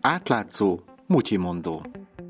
Átlátszó, mutyimondó.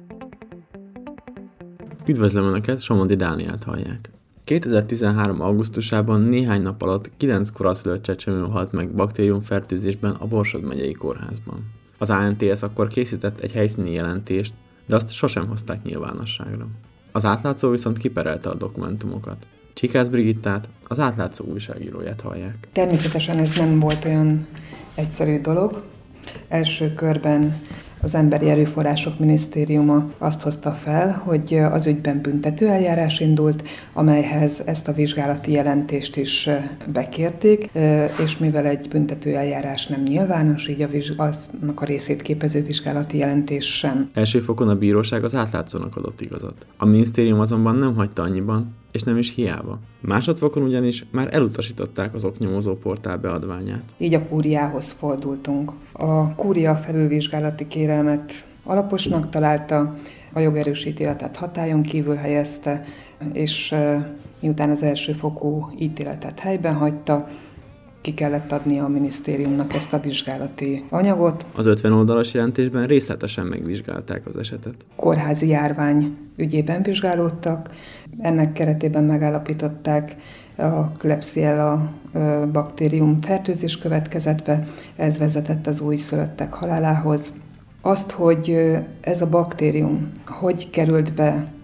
Üdvözlöm Önöket, Somodi Dánielt hallják. 2013. augusztusában néhány nap alatt 9 koraszülött csecsemő halt meg baktériumfertőzésben a Borsod megyei kórházban. Az ANTS akkor készített egy helyszíni jelentést, de azt sosem hozták nyilvánosságra. Az Átlátszó viszont kiperelte a dokumentumokat. Csikász Brigittát, az Átlátszó újságíróját hallják. Természetesen ez nem volt olyan egyszerű dolog. Első körben az Emberi Erőforrások Minisztériuma azt hozta fel, hogy az ügyben büntetőeljárás indult, amelyhez ezt a vizsgálati jelentést is bekérték, és mivel egy büntetőeljárás nem nyilvános, így aznak a részét képező vizsgálati jelentés sem. Első fokon a bíróság az Átlátszónak adott igazat. A minisztérium azonban nem hagyta annyiban, és nem is hiába. Másodfokon ugyanis már elutasították az oknyomozó portál beadványát. Így a kúriához fordultunk. A kúria felülvizsgálati kérelmet alaposnak találta, a jogerős ítéletet hatályon kívül helyezte, és miután az elsőfokú ítéletet helyben hagyta, ki kellett adnia a minisztériumnak ezt a vizsgálati anyagot. Az 50 oldalas jelentésben részletesen megvizsgálták az esetet. Kórházi járvány ügyében vizsgálódtak, ennek keretében megállapították a Klebsiella baktérium fertőzés következett be, ez vezetett az újszülöttek halálához. Azt, hogy ez a baktérium hogy került be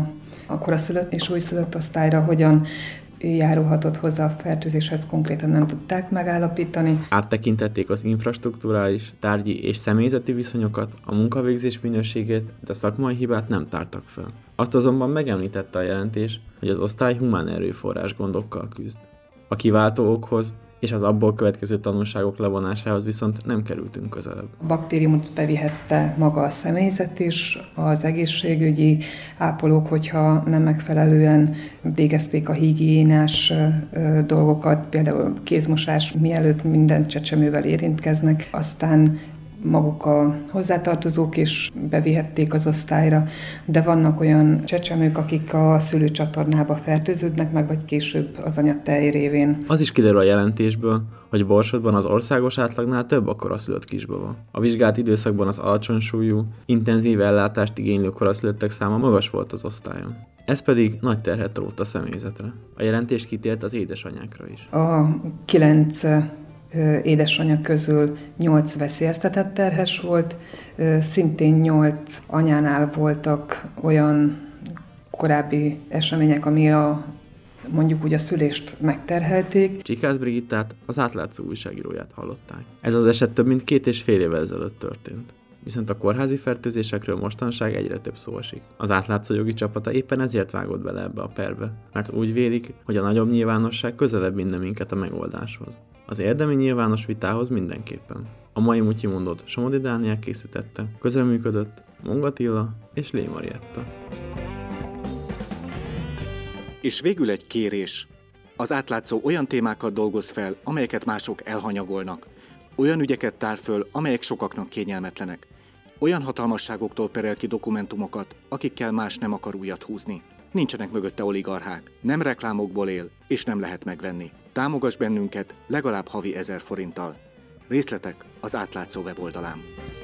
a koraszülött és újszülött osztályra, hogyan járulhatott hozzá a fertőzéshez, konkrétan nem tudták megállapítani. Áttekintették az infrastrukturális, tárgyi és személyzeti viszonyokat, a munkavégzés minőségét, de szakmai hibát nem tártak fel. Azt azonban megemlítette a jelentés, hogy az osztály humán erőforrás gondokkal küzd. A kiváltó okhoz és az abból következő tanulságok levonásához viszont nem kerültünk közelebb. A baktériumot bevihette maga a személyzet is, az egészségügyi ápolók, hogyha nem megfelelően végezték a higiénás dolgokat, például kézmosás, mielőtt minden csecsemővel érintkeznek, aztán maguk a hozzátartozók is bevihették az osztályra, de vannak olyan csecsemők, akik a szülőcsatornába fertőződnek meg, vagy később az anyatej révén. Az is kiderül a jelentésből, hogy Borsodban az országos átlagnál több a koraszülött kisbaba. A vizsgált időszakban az alacsony súlyú, intenzív ellátást igénylő koraszülöttek száma magas volt az osztályon. Ez pedig nagy terhet rótt a személyzetre. A jelentés kitért az édesanyákra is. A 9 édesanyja közül 8 veszélyeztetett terhes volt, szintén 8 anyánál voltak olyan korábbi események, ami mondjuk úgy a szülést megterhelték. Csikász Brigittát, az Átlátszó újságíróját hallották. Ez az eset több mint 2,5 évvel ezelőtt történt. Viszont a kórházi fertőzésekről mostanság egyre több szó esik. Az Átlátszó jogi csapata éppen ezért vágott bele ebbe a perbe, mert úgy vélik, hogy a nagyobb nyilvánosság közelebb vinne minket a megoldáshoz. Az érdemi nyilvános vitához mindenképpen. A mai mutyimondót Somodi Dániel készítette, közreműködött Mong Attila és Lé Marietta. És végül egy kérés. Az Átlátszó olyan témákat dolgoz fel, amelyeket mások elhanyagolnak. Olyan ügyeket tár föl, amelyek sokaknak kényelmetlenek. Olyan hatalmasságoktól perel ki dokumentumokat, akikkel más nem akar újat húzni. Nincsenek mögötte oligarchák, nem reklámokból él, és nem lehet megvenni. Támogass bennünket legalább havi 1000 forinttal. Részletek az Átlátszó weboldalán.